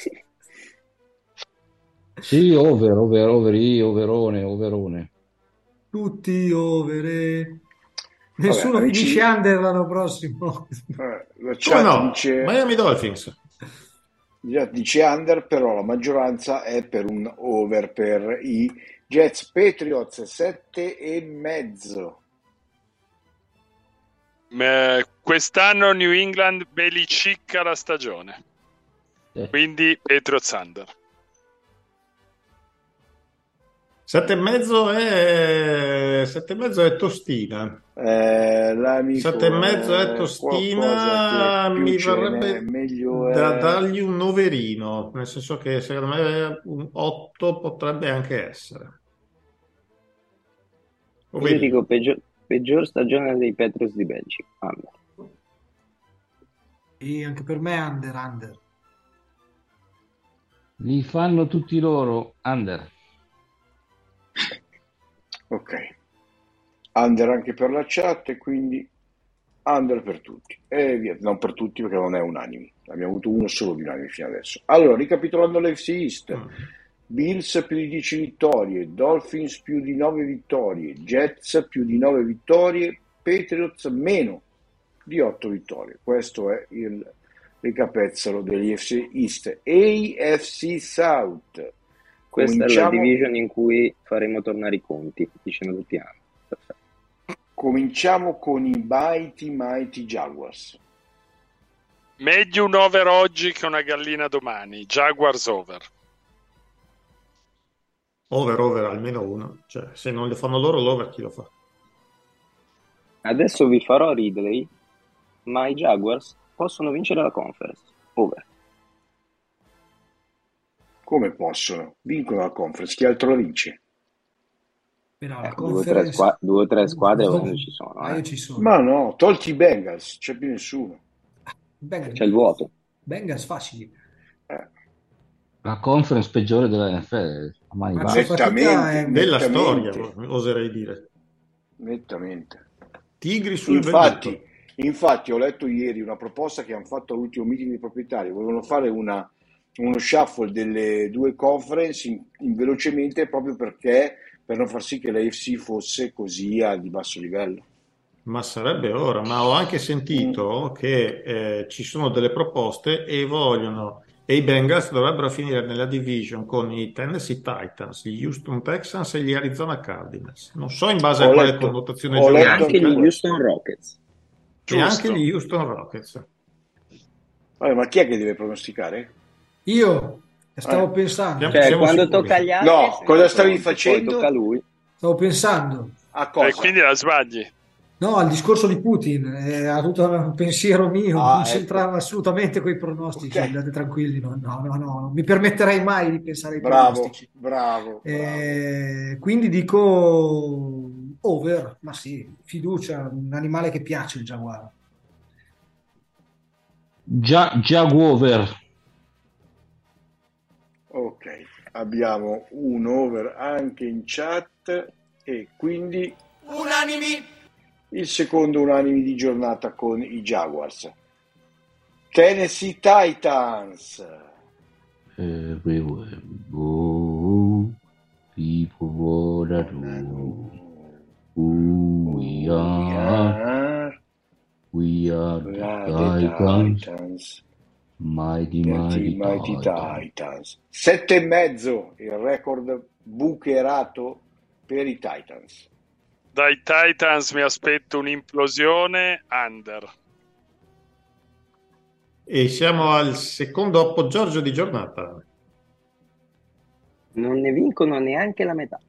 [SPEAKER 2] sì, over, over, over, i, overone, overone.
[SPEAKER 5] Tutti over. e-
[SPEAKER 1] Vabbè,
[SPEAKER 5] Nessuno
[SPEAKER 1] amici,
[SPEAKER 5] finisce under l'anno prossimo.
[SPEAKER 1] eh, la
[SPEAKER 4] Come
[SPEAKER 1] chat
[SPEAKER 4] no?
[SPEAKER 1] dice,
[SPEAKER 4] Miami Dolphins.
[SPEAKER 1] la chat dice under, però la maggioranza è per un over per i Jets. Patriots sette e mezzo.
[SPEAKER 6] Eh, quest'anno New England belicicca la stagione,
[SPEAKER 2] Eh,
[SPEAKER 6] quindi Patriots under.
[SPEAKER 4] Sette e mezzo è sette e mezzo è tostina.
[SPEAKER 1] Eh, l'amico
[SPEAKER 4] Sette e mezzo è
[SPEAKER 1] è qualcosa
[SPEAKER 4] tostina.
[SPEAKER 1] che più
[SPEAKER 4] Mi
[SPEAKER 1] ce n'è,
[SPEAKER 4] verrebbe
[SPEAKER 1] meglio
[SPEAKER 4] da
[SPEAKER 1] è.
[SPEAKER 4] dargli un noverino, nel senso che secondo me un otto potrebbe anche essere.
[SPEAKER 3] Io
[SPEAKER 4] Overino.
[SPEAKER 3] dico peggior, peggior stagione dei Patriots di Belgica. Under.
[SPEAKER 5] E anche per me under, under.
[SPEAKER 2] li fanno tutti loro under.
[SPEAKER 1] Ok. Under anche per la chat e quindi under per tutti. E via, non per tutti perché non è unanime. Abbiamo avuto uno solo di unanime fino adesso. Allora, ricapitolando l'A F C East.
[SPEAKER 4] Mm.
[SPEAKER 1] Bills più di dieci vittorie, Dolphins più di nove vittorie, Jets più di nove vittorie, Patriots meno di otto vittorie. Questo è il ricapezzolo degli A F C East. A F C South.
[SPEAKER 3] Questa è la
[SPEAKER 1] Cominciamo,
[SPEAKER 3] division in cui faremo tornare i conti, dicendo tutti gli anni. Perfetto.
[SPEAKER 1] cominciamo con i Mighty Mighty Jaguars.
[SPEAKER 6] Meglio un over oggi che una gallina domani. Jaguars over.
[SPEAKER 4] Over, over, almeno uno. Cioè, se non lo fanno loro, l'over chi lo fa?
[SPEAKER 3] Adesso vi farò Ridley, ma i Jaguars possono vincere la conference. Over.
[SPEAKER 1] Come possono? Vincono la conference, chi altro la vince?
[SPEAKER 5] Però la
[SPEAKER 3] Eh, due o tre,
[SPEAKER 5] conference...
[SPEAKER 3] squa- due o tre squadre volendo ci sono.
[SPEAKER 5] Ah, io
[SPEAKER 3] Eh.
[SPEAKER 5] ci sono.
[SPEAKER 1] Ma no, tolti i Bengals, c'è più nessuno.
[SPEAKER 5] Bengals,
[SPEAKER 3] C'è il vuoto.
[SPEAKER 5] Bengals facili.
[SPEAKER 1] Eh,
[SPEAKER 2] La conference peggiore della N F L. A mani
[SPEAKER 5] Ma
[SPEAKER 2] basse.
[SPEAKER 5] c'è fatica,
[SPEAKER 1] nettamente,
[SPEAKER 5] eh,
[SPEAKER 4] Della
[SPEAKER 1] nettamente,
[SPEAKER 4] storia, oserei dire.
[SPEAKER 1] nettamente.
[SPEAKER 4] Tigri sul
[SPEAKER 1] Infatti,
[SPEAKER 4] velluto.
[SPEAKER 1] infatti ho letto ieri una proposta che hanno fatto all'ultimo meeting dei proprietari, volevano fare una, uno shuffle delle due conference in, in velocemente proprio perché per non far sì che la A F C fosse così a di basso livello.
[SPEAKER 4] Ma sarebbe ora, ma ho anche sentito che eh, ci sono delle proposte e vogliono e i Bengals dovrebbero finire nella division con i Tennessee Titans, gli Houston Texans e gli Arizona Cardinals. Non so in base
[SPEAKER 1] Ho
[SPEAKER 4] a quale
[SPEAKER 1] letto,
[SPEAKER 4] connotazione
[SPEAKER 1] ho
[SPEAKER 3] E
[SPEAKER 1] letto
[SPEAKER 3] anche
[SPEAKER 1] anche
[SPEAKER 3] gli
[SPEAKER 4] geografica
[SPEAKER 1] questo.
[SPEAKER 3] Houston Rockets.
[SPEAKER 4] e anche
[SPEAKER 6] Giusto.
[SPEAKER 4] gli Houston Rockets.
[SPEAKER 1] Vabbè, ma chi è che deve pronosticare?
[SPEAKER 5] Io stavo
[SPEAKER 1] Eh.
[SPEAKER 5] pensando,
[SPEAKER 4] Siamo-
[SPEAKER 3] Cioè,
[SPEAKER 4] siamo
[SPEAKER 3] quando
[SPEAKER 4] sicuri.
[SPEAKER 3] tocca agli altri,
[SPEAKER 1] No,
[SPEAKER 3] sei
[SPEAKER 1] cosa stavi
[SPEAKER 3] pronto, poi
[SPEAKER 1] facendo?
[SPEAKER 3] tocca a lui.
[SPEAKER 5] stavo pensando,
[SPEAKER 1] A
[SPEAKER 6] E
[SPEAKER 1] cosa?
[SPEAKER 6] quindi la sbagli.
[SPEAKER 5] no, al discorso di Putin, eh, ha tutto un pensiero mio,
[SPEAKER 1] Ah,
[SPEAKER 5] non
[SPEAKER 1] ecco.
[SPEAKER 5] c'entrava assolutamente con i pronostici,
[SPEAKER 1] Ok.
[SPEAKER 5] andate tranquilli, no, no, no, no, non mi permetterei mai di pensare ai
[SPEAKER 1] Bravo,
[SPEAKER 5] pronostici.
[SPEAKER 1] bravo, bravo.
[SPEAKER 5] Eh, quindi dico over, ma sì, fiducia, un animale che piace il giaguaro.
[SPEAKER 2] Gia- Jaguar.
[SPEAKER 1] Ok, abbiamo un over anche in chat e quindi
[SPEAKER 7] Unanimi.
[SPEAKER 1] il secondo unanimi di giornata con i Jaguars. Tennessee Titans.
[SPEAKER 2] Everywhere we go, people wanna know who we are. We are
[SPEAKER 1] We
[SPEAKER 2] the
[SPEAKER 1] are the
[SPEAKER 2] Titans,
[SPEAKER 1] Titans.
[SPEAKER 2] mighty,
[SPEAKER 1] Mighty,
[SPEAKER 2] mighty
[SPEAKER 1] mighty
[SPEAKER 2] Titans.
[SPEAKER 1] Titans. Sette e mezzo il record bucherato per i Titans.
[SPEAKER 6] Dai Titans mi aspetto un'implosione under.
[SPEAKER 4] E siamo al secondo appoggio di giornata.
[SPEAKER 3] Non ne vincono neanche la metà.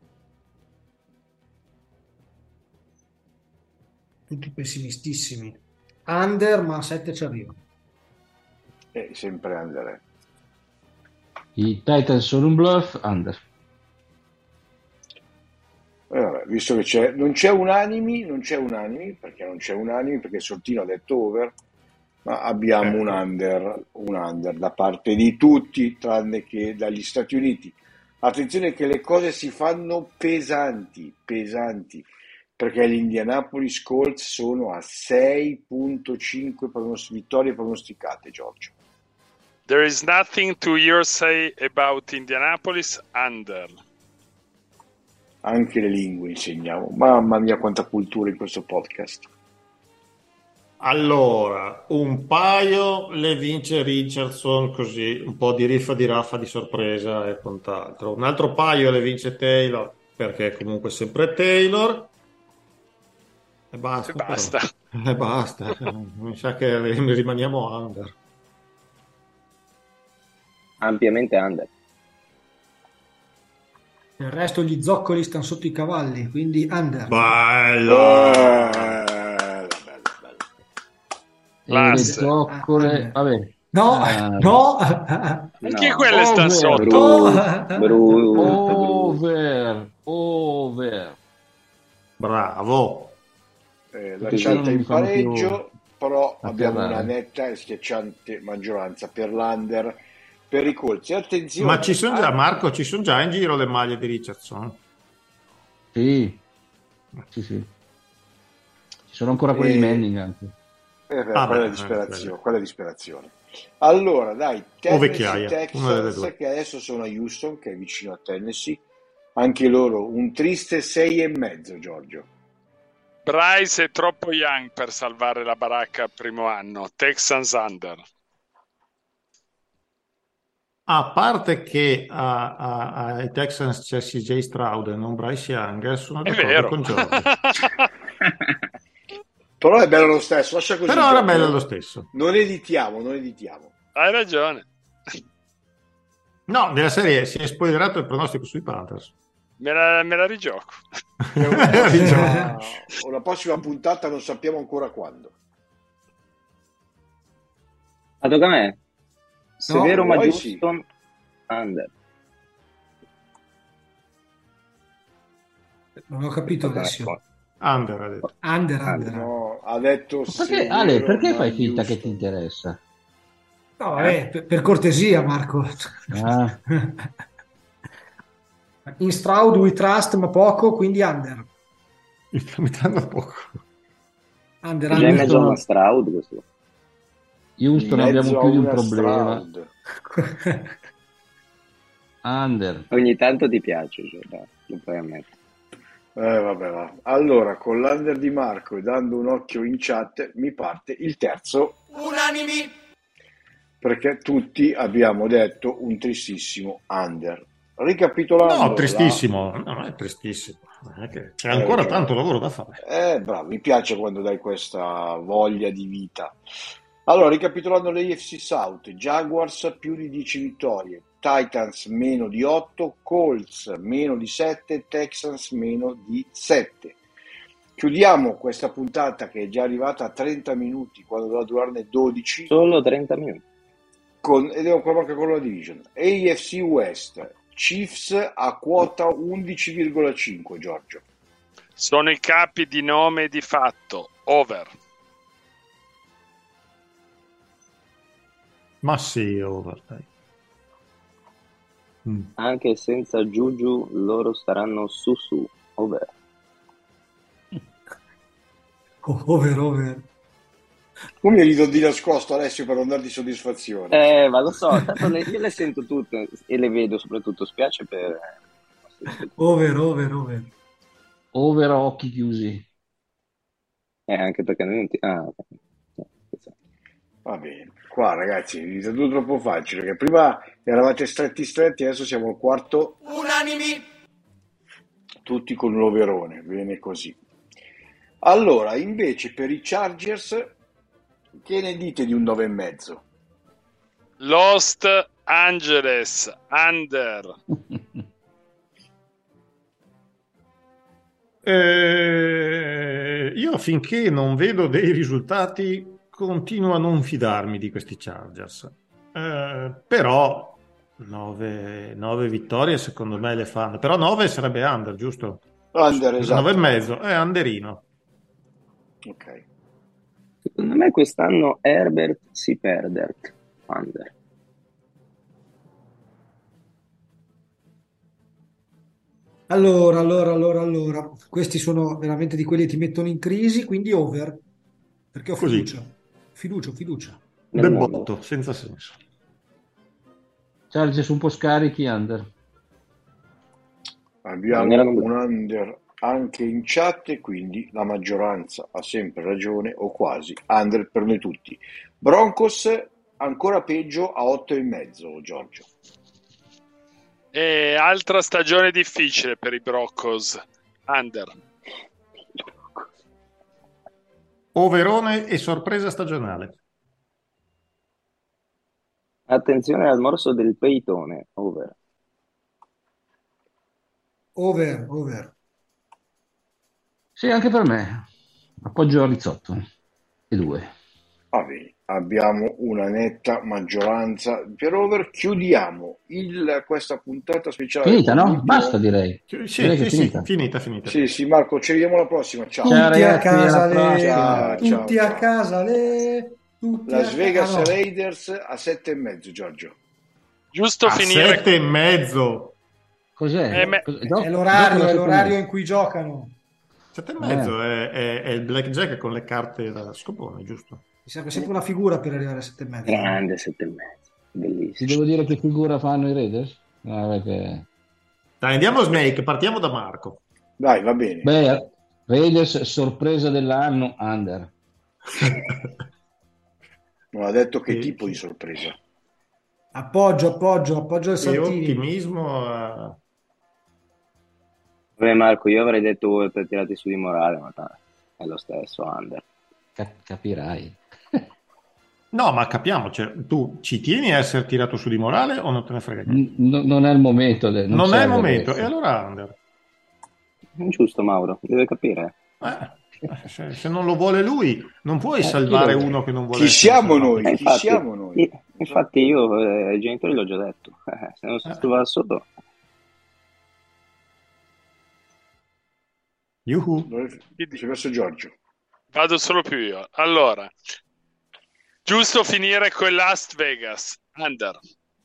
[SPEAKER 5] Tutti pessimistissimi. Under, ma a sette ci arriva.
[SPEAKER 1] E sempre under.
[SPEAKER 2] I Titans sono un bluff, under.
[SPEAKER 1] Eh, vabbè, visto che c'è, non c'è unanimi, non c'è unanimi, perché non c'è unanimi, perché Sortino ha detto over, ma abbiamo un under, un under da parte di tutti, tranne che dagli Stati Uniti. Attenzione che le cose si fanno pesanti, pesanti, perché gli Indianapolis Colts sono a sei virgola cinque pronos- vittorie pronosticate, Giorgio.
[SPEAKER 6] There is nothing to hearsay about Indianapolis under.
[SPEAKER 1] Anche le lingue insegniamo. Mamma mia, quanta cultura in questo podcast.
[SPEAKER 4] Allora, un paio le vince Richardson, così un po' di riffa di raffa di sorpresa e quant'altro. Un altro paio le vince Taylor, perché è comunque sempre Taylor. E basta.
[SPEAKER 6] E basta.
[SPEAKER 4] Però. E basta. Mi sa che rimaniamo under.
[SPEAKER 3] Ampiamente under.
[SPEAKER 5] Il resto gli zoccoli stanno sotto i cavalli, quindi under.
[SPEAKER 4] Bello!
[SPEAKER 1] Eh, bella, bella.
[SPEAKER 2] E le
[SPEAKER 6] Classe.
[SPEAKER 2] zoccole,
[SPEAKER 5] Ah,
[SPEAKER 2] vabbè.
[SPEAKER 5] No,
[SPEAKER 2] Ah,
[SPEAKER 5] no.
[SPEAKER 6] Anche
[SPEAKER 3] No.
[SPEAKER 6] quelle stanno
[SPEAKER 2] Over.
[SPEAKER 6] sotto.
[SPEAKER 3] Brutto, brutto, brutto.
[SPEAKER 2] Over, over.
[SPEAKER 4] Bravo!
[SPEAKER 1] Eh,
[SPEAKER 3] Tutti
[SPEAKER 1] lasciata
[SPEAKER 2] non
[SPEAKER 1] in
[SPEAKER 2] mi fanno più
[SPEAKER 1] pareggio, però abbiamo
[SPEAKER 2] afferrare.
[SPEAKER 1] una netta e schiacciante maggioranza per l'under, per i Colts. E attenzione,
[SPEAKER 4] Ma ci sono già,
[SPEAKER 1] anche-
[SPEAKER 4] Marco, ci sono già in giro le maglie di Richardson?
[SPEAKER 2] Sì, sì, sì. Ci sono ancora quelli
[SPEAKER 1] E-
[SPEAKER 2] di Manning anche.
[SPEAKER 1] Eh, eh,
[SPEAKER 4] Ah,
[SPEAKER 1] quella
[SPEAKER 4] beh,
[SPEAKER 1] è disperazione,
[SPEAKER 4] eh,
[SPEAKER 1] quella è disperazione. Allora, dai,
[SPEAKER 4] O
[SPEAKER 1] Tennessee
[SPEAKER 4] vecchiaia, una delle
[SPEAKER 1] Texans,
[SPEAKER 4] due.
[SPEAKER 1] che adesso sono a Houston, che è vicino a Tennessee, anche loro un triste sei e mezzo, Giorgio.
[SPEAKER 6] Bryce è troppo young per salvare la baracca al primo anno. Texans under.
[SPEAKER 4] A parte che a- a- ai Texans c'è C J Stroud e non Bryce Young, sono
[SPEAKER 6] È
[SPEAKER 4] d'accordo
[SPEAKER 6] vero.
[SPEAKER 4] con Giorgio.
[SPEAKER 1] Però è bello lo stesso, lascia così.
[SPEAKER 4] Però era
[SPEAKER 1] Giorgio.
[SPEAKER 4] bello lo stesso.
[SPEAKER 1] Non editiamo, non editiamo.
[SPEAKER 6] Hai ragione.
[SPEAKER 4] No, nella serie si è spoilerato il pronostico sui Panthers.
[SPEAKER 6] Me la, me la rigioco.
[SPEAKER 1] È una prossima, una prossima puntata, non sappiamo ancora quando.
[SPEAKER 3] Ma tocca a me. Severo ma
[SPEAKER 1] vuoi
[SPEAKER 3] Houston under.
[SPEAKER 5] Non ho capito
[SPEAKER 3] Tocca a me,
[SPEAKER 5] Alessio.
[SPEAKER 3] poi.
[SPEAKER 4] Under ha detto.
[SPEAKER 5] Under, under.
[SPEAKER 1] No, ha detto
[SPEAKER 2] Ma perché,
[SPEAKER 1] Severo,
[SPEAKER 2] Ale, perché
[SPEAKER 1] ma
[SPEAKER 2] fai finta che ti
[SPEAKER 1] Houston.
[SPEAKER 2] interessa?
[SPEAKER 5] No, vabbè, per, per cortesia, Marco.
[SPEAKER 2] Ah,
[SPEAKER 5] In Stroud we trust, ma poco, quindi under.
[SPEAKER 4] Mi sta mettendo poco.
[SPEAKER 5] Under,
[SPEAKER 3] È già in
[SPEAKER 5] under.
[SPEAKER 3] mezzo a una Stroud questo.
[SPEAKER 2] Houston
[SPEAKER 1] In
[SPEAKER 2] abbiamo
[SPEAKER 1] mezzo
[SPEAKER 2] più
[SPEAKER 1] a
[SPEAKER 2] di un
[SPEAKER 1] una
[SPEAKER 2] problema.
[SPEAKER 1] Stroud.
[SPEAKER 2] Under.
[SPEAKER 3] Ogni tanto ti piace, cioè, dai, lo puoi ammettere.
[SPEAKER 1] Eh, vabbè, va. Allora, con l'under di Marco e dando un occhio in chat, mi parte il terzo.
[SPEAKER 7] Unanimi.
[SPEAKER 1] perché tutti abbiamo detto un tristissimo under.
[SPEAKER 4] No,
[SPEAKER 1] Ricapitolando la...
[SPEAKER 4] tristissimo, no, non è tristissimo, non è che c'è
[SPEAKER 1] Hai
[SPEAKER 4] ancora
[SPEAKER 1] ragione.
[SPEAKER 4] tanto lavoro da fare.
[SPEAKER 1] Eh, bravo, mi piace quando dai questa voglia di vita. Allora, ricapitolando l'A F C South, Jaguars più di dieci vittorie, Titans meno di otto, Colts meno di sette, Texans meno di sette. Chiudiamo questa puntata che è già arrivata a trenta minuti, quando dovrà durarne dodici,
[SPEAKER 3] Solo trenta minuti.
[SPEAKER 1] con, ed è ancora con la division. A F C West, Chiefs a quota undici virgola cinque, Giorgio.
[SPEAKER 6] Sono i capi di nome e di fatto. Over.
[SPEAKER 4] Ma sì, over, dai. Mm.
[SPEAKER 3] Anche senza Juju loro staranno su su. Over.
[SPEAKER 5] Oh, over, over.
[SPEAKER 1] Come rido di nascosto, Alessio, per non darti soddisfazione?
[SPEAKER 3] Eh, ma lo so, tanto le- io le sento tutte e le vedo soprattutto, spiace per...
[SPEAKER 5] Over, over, over.
[SPEAKER 2] Over a occhi chiusi.
[SPEAKER 3] Eh, anche perché noi non ti... Ah, ok.
[SPEAKER 1] Va bene, qua ragazzi, è diventato troppo facile, che prima eravate stretti stretti, adesso siamo al quarto,
[SPEAKER 7] Unanimi.
[SPEAKER 1] tutti con l'overone, bene così. Allora, invece per i Chargers, che ne dite di un nove e mezzo?
[SPEAKER 6] Los Angeles Under.
[SPEAKER 4] Eh, io finché non vedo dei risultati continuo a non fidarmi di questi Chargers. Eh, però nove, nove vittorie secondo me le fanno. Però nove sarebbe under, giusto?
[SPEAKER 1] Under, esatto.
[SPEAKER 4] nove e mezzo, è underino.
[SPEAKER 1] Ok.
[SPEAKER 3] Secondo me quest'anno Herbert si perde. Under.
[SPEAKER 5] Allora, allora, allora, allora. Questi sono veramente di quelli che ti mettono in crisi, quindi over. Perché ho
[SPEAKER 4] Così.
[SPEAKER 5] fiducia. Fiducia, ho fiducia.
[SPEAKER 3] Nel mondo.
[SPEAKER 4] Debotto, senza senso.
[SPEAKER 2] Chargers un po' scarichi, under.
[SPEAKER 1] Abbiamo
[SPEAKER 3] Non erano-
[SPEAKER 1] un under anche in chat e quindi la maggioranza ha sempre ragione, o quasi, under per noi tutti. Broncos ancora peggio a otto e mezzo, Giorgio.
[SPEAKER 6] E altra stagione difficile per i Broncos. Under.
[SPEAKER 4] Overone e sorpresa stagionale.
[SPEAKER 3] Attenzione al morso del peitone. Over.
[SPEAKER 5] Over, over.
[SPEAKER 2] Sì, anche per me. Appoggio a Rizzotto. E due.
[SPEAKER 1] Va bene, abbiamo una netta maggioranza per over. Chiudiamo il- questa puntata speciale.
[SPEAKER 2] Finita,
[SPEAKER 1] con
[SPEAKER 2] no?
[SPEAKER 1] l'ultimo-
[SPEAKER 2] Basta, direi.
[SPEAKER 4] Sì,
[SPEAKER 2] Direi che
[SPEAKER 4] sì,
[SPEAKER 2] è
[SPEAKER 4] sì,
[SPEAKER 2] finita.
[SPEAKER 4] finita, finita.
[SPEAKER 1] Sì, sì, Marco, ci vediamo alla prossima. Ciao.
[SPEAKER 2] Ciao,
[SPEAKER 5] Tutti a
[SPEAKER 2] ragazzi,
[SPEAKER 5] casa,
[SPEAKER 2] alla
[SPEAKER 5] le...
[SPEAKER 2] prossima.
[SPEAKER 1] Ciao,
[SPEAKER 5] Tutti
[SPEAKER 1] ciao,
[SPEAKER 5] a
[SPEAKER 1] ciao.
[SPEAKER 5] casa, le... Tutti
[SPEAKER 1] Las
[SPEAKER 5] a
[SPEAKER 1] Vegas
[SPEAKER 5] ca- ah, no.
[SPEAKER 1] Raiders a sette e mezzo, Giorgio.
[SPEAKER 6] Giusto
[SPEAKER 4] A
[SPEAKER 6] finire.
[SPEAKER 4] sette e mezzo.
[SPEAKER 2] Cos'è?
[SPEAKER 6] Eh, me-
[SPEAKER 2] Cos-
[SPEAKER 5] È
[SPEAKER 2] dopo-
[SPEAKER 5] l'orario,
[SPEAKER 2] dopo la
[SPEAKER 5] è l'orario
[SPEAKER 2] seconda.
[SPEAKER 5] in cui giocano.
[SPEAKER 4] Sette e mezzo è, è- è il blackjack con le carte da scopone, giusto?
[SPEAKER 5] Mi serve sempre una figura per arrivare a sette e mezzo.
[SPEAKER 3] Grande sette e mezzo.
[SPEAKER 2] Ti
[SPEAKER 3] Bellissimo.
[SPEAKER 2] devo dire che figura fanno i Raiders? Ah, perché...
[SPEAKER 4] Dai, andiamo a Snake, partiamo da Marco.
[SPEAKER 1] Dai, va bene.
[SPEAKER 2] Beh, Raiders sorpresa dell'anno, under.
[SPEAKER 1] Non ha detto che
[SPEAKER 4] Sì,
[SPEAKER 1] tipo
[SPEAKER 4] sì.
[SPEAKER 1] di sorpresa.
[SPEAKER 5] Appoggio, appoggio, appoggio al
[SPEAKER 4] E
[SPEAKER 5] Santini.
[SPEAKER 4] ottimismo. eh,
[SPEAKER 3] Vabbè, Marco, io avrei detto voi per tirarti su di morale, ma ta- è lo stesso, under.
[SPEAKER 2] Ca- capirai.
[SPEAKER 4] No, ma capiamo, cioè, tu ci tieni a essere tirato su di morale o non te ne frega niente?
[SPEAKER 2] N- no- non è il momento. de-
[SPEAKER 4] Non, è il
[SPEAKER 2] serve
[SPEAKER 4] momento,
[SPEAKER 2] adesso.
[SPEAKER 4] e allora under.
[SPEAKER 3] Giusto, Mauro, deve capire.
[SPEAKER 4] Eh, se, se non lo vuole lui, non puoi
[SPEAKER 2] Eh,
[SPEAKER 4] salvare
[SPEAKER 2] chi lo-
[SPEAKER 4] uno che non vuole
[SPEAKER 1] Chi
[SPEAKER 4] essere
[SPEAKER 1] siamo
[SPEAKER 4] salvato.
[SPEAKER 1] noi?
[SPEAKER 3] Eh,
[SPEAKER 1] Chi
[SPEAKER 3] infatti,
[SPEAKER 1] siamo noi?
[SPEAKER 3] i- infatti io eh, ai genitori l'ho già detto. Eh, se non si
[SPEAKER 4] Eh.
[SPEAKER 3] trova sotto,
[SPEAKER 4] Yuhu.
[SPEAKER 1] Dove si è messo Giorgio?
[SPEAKER 6] Vado solo più io. Allora, giusto finire con Las Vegas. Under.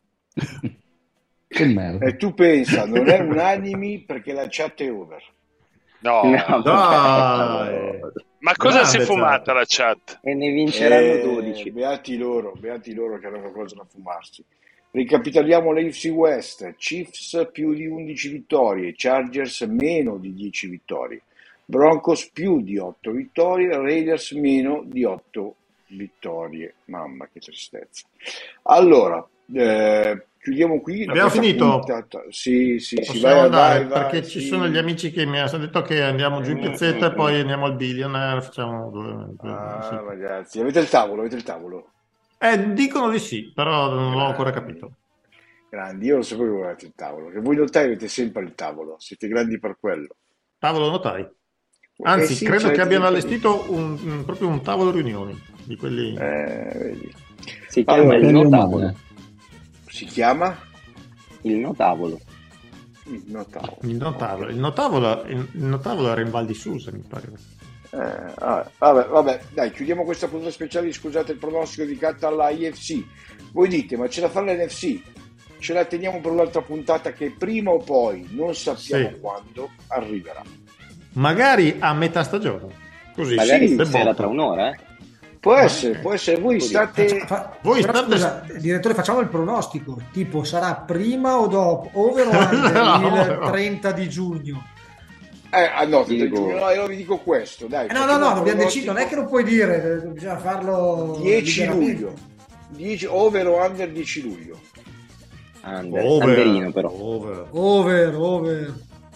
[SPEAKER 2] Che merda.
[SPEAKER 1] E tu pensa, non è unanimi perché la chat è over.
[SPEAKER 6] No.
[SPEAKER 3] no,
[SPEAKER 4] Dai.
[SPEAKER 6] Ma cosa si è
[SPEAKER 4] Grande
[SPEAKER 6] fumata
[SPEAKER 4] chat.
[SPEAKER 6] la chat?
[SPEAKER 3] e ne vinceranno
[SPEAKER 1] Eh,
[SPEAKER 3] dodici.
[SPEAKER 1] Beati loro, beati loro che hanno qualcosa da fumarsi. Ricapitoliamo l'A F C West. Chiefs più di undici vittorie, Chargers meno di dieci vittorie, Broncos più di otto vittorie, Raiders meno di otto vittorie, mamma che tristezza. Allora, eh, chiudiamo qui. la
[SPEAKER 4] Abbiamo
[SPEAKER 1] questa
[SPEAKER 4] finito?
[SPEAKER 1] puntata. Sì, sì, sì,
[SPEAKER 4] Possiamo
[SPEAKER 1] vai,
[SPEAKER 4] andare
[SPEAKER 1] vai, vai,
[SPEAKER 4] perché ci
[SPEAKER 1] sì.
[SPEAKER 4] sono gli amici che mi hanno detto che andiamo giù in
[SPEAKER 1] Mm,
[SPEAKER 4] piazzetta
[SPEAKER 1] mm,
[SPEAKER 4] e poi
[SPEAKER 1] mm.
[SPEAKER 4] andiamo al billionaire, facciamo due, due- sì.
[SPEAKER 1] Ah, ragazzi, avete il tavolo, avete il tavolo.
[SPEAKER 4] Eh, dicono di sì, però non l'ho ancora
[SPEAKER 1] Grandi,
[SPEAKER 4] capito.
[SPEAKER 1] grandi, io non sapevo che avete il tavolo, che voi notai avete sempre il tavolo, siete grandi per quello.
[SPEAKER 4] Tavolo notai.
[SPEAKER 1] Eh
[SPEAKER 4] Anzi,
[SPEAKER 1] sì, ce
[SPEAKER 4] credo che
[SPEAKER 1] l'avete
[SPEAKER 4] abbiano
[SPEAKER 1] sempre lì.
[SPEAKER 4] allestito un, un- proprio un tavolo riunioni di quelli.
[SPEAKER 1] Eh, vedi.
[SPEAKER 3] Si chiama
[SPEAKER 1] Vabbè,
[SPEAKER 3] il
[SPEAKER 2] Pelle
[SPEAKER 3] notavolo.
[SPEAKER 2] umana.
[SPEAKER 1] si chiama
[SPEAKER 3] Il notavolo.
[SPEAKER 1] il notavolo.
[SPEAKER 4] Il notavolo,
[SPEAKER 1] Ok.
[SPEAKER 4] il notavolo, il il notavolo era in Val di Susa, mi pare.
[SPEAKER 1] Eh, vabbè, vabbè, vabbè, dai, chiudiamo questa puntata speciale. Scusate il pronostico dedicato alla I F C. Voi dite, ma ce la fa l'N F C? Ce la teniamo per un'altra puntata che prima o poi, non sappiamo
[SPEAKER 4] Sì.
[SPEAKER 1] quando, arriverà.
[SPEAKER 4] Magari a metà stagione. Così.
[SPEAKER 3] Magari
[SPEAKER 1] sì,
[SPEAKER 3] stasera
[SPEAKER 4] debotto.
[SPEAKER 3] tra un'ora, eh?
[SPEAKER 1] Può
[SPEAKER 4] Ma-
[SPEAKER 1] essere, può essere. Voi
[SPEAKER 3] Così.
[SPEAKER 1] state...
[SPEAKER 5] Faccia- fa-
[SPEAKER 4] Voi
[SPEAKER 5] però
[SPEAKER 4] state-
[SPEAKER 5] scusa, direttore, facciamo il pronostico. Tipo, sarà prima o dopo? Over o under
[SPEAKER 4] No,
[SPEAKER 5] il
[SPEAKER 4] no.
[SPEAKER 5] trenta di giugno?
[SPEAKER 1] Eh, ah, no,
[SPEAKER 3] Ti dico-
[SPEAKER 1] no, io vi dico questo, dai.
[SPEAKER 5] Eh, no, no,
[SPEAKER 1] facciamo
[SPEAKER 5] no,
[SPEAKER 1] un
[SPEAKER 5] dobbiamo
[SPEAKER 1] pronostico.
[SPEAKER 5] decidere. Non è che lo puoi dire, eh, bisogna farlo
[SPEAKER 1] dieci
[SPEAKER 5] liberamente.
[SPEAKER 1] luglio. dieci, over o under dieci luglio.
[SPEAKER 3] Under.
[SPEAKER 4] Over,
[SPEAKER 3] Anderino, però.
[SPEAKER 4] over.
[SPEAKER 5] Over, over.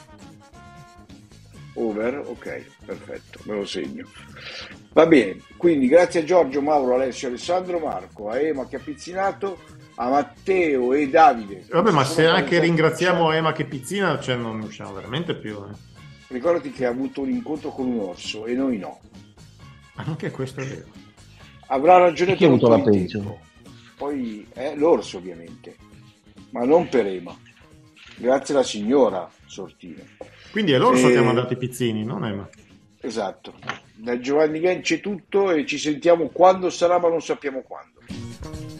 [SPEAKER 1] Over, ok, perfetto, me lo segno. Va bene, quindi grazie a Giorgio, Mauro, Alessio, Alessandro, Marco, a Ema che ha pizzinato, a Matteo e Davide.
[SPEAKER 4] Vabbè, ma
[SPEAKER 1] Sono
[SPEAKER 4] se anche
[SPEAKER 1] palesati-
[SPEAKER 4] ringraziamo Ema che pizzina, cioè non ne usciamo veramente più. Eh.
[SPEAKER 1] Ricordati che ha avuto un incontro con un orso e noi no.
[SPEAKER 4] Anche questo è vero.
[SPEAKER 1] Avrà ragione
[SPEAKER 2] Chi ha
[SPEAKER 1] per un
[SPEAKER 2] avuto
[SPEAKER 1] po'
[SPEAKER 2] la
[SPEAKER 1] di
[SPEAKER 2] peggio?
[SPEAKER 1] tempo. Poi è l'orso ovviamente, ma non per Ema. Grazie alla signora Sortino.
[SPEAKER 4] Quindi è l'orso
[SPEAKER 1] Eh,
[SPEAKER 4] che ha mandato i pizzini, non Ema.
[SPEAKER 1] Esatto. Da Giovanni Genci è tutto e ci sentiamo quando sarà, ma non sappiamo quando.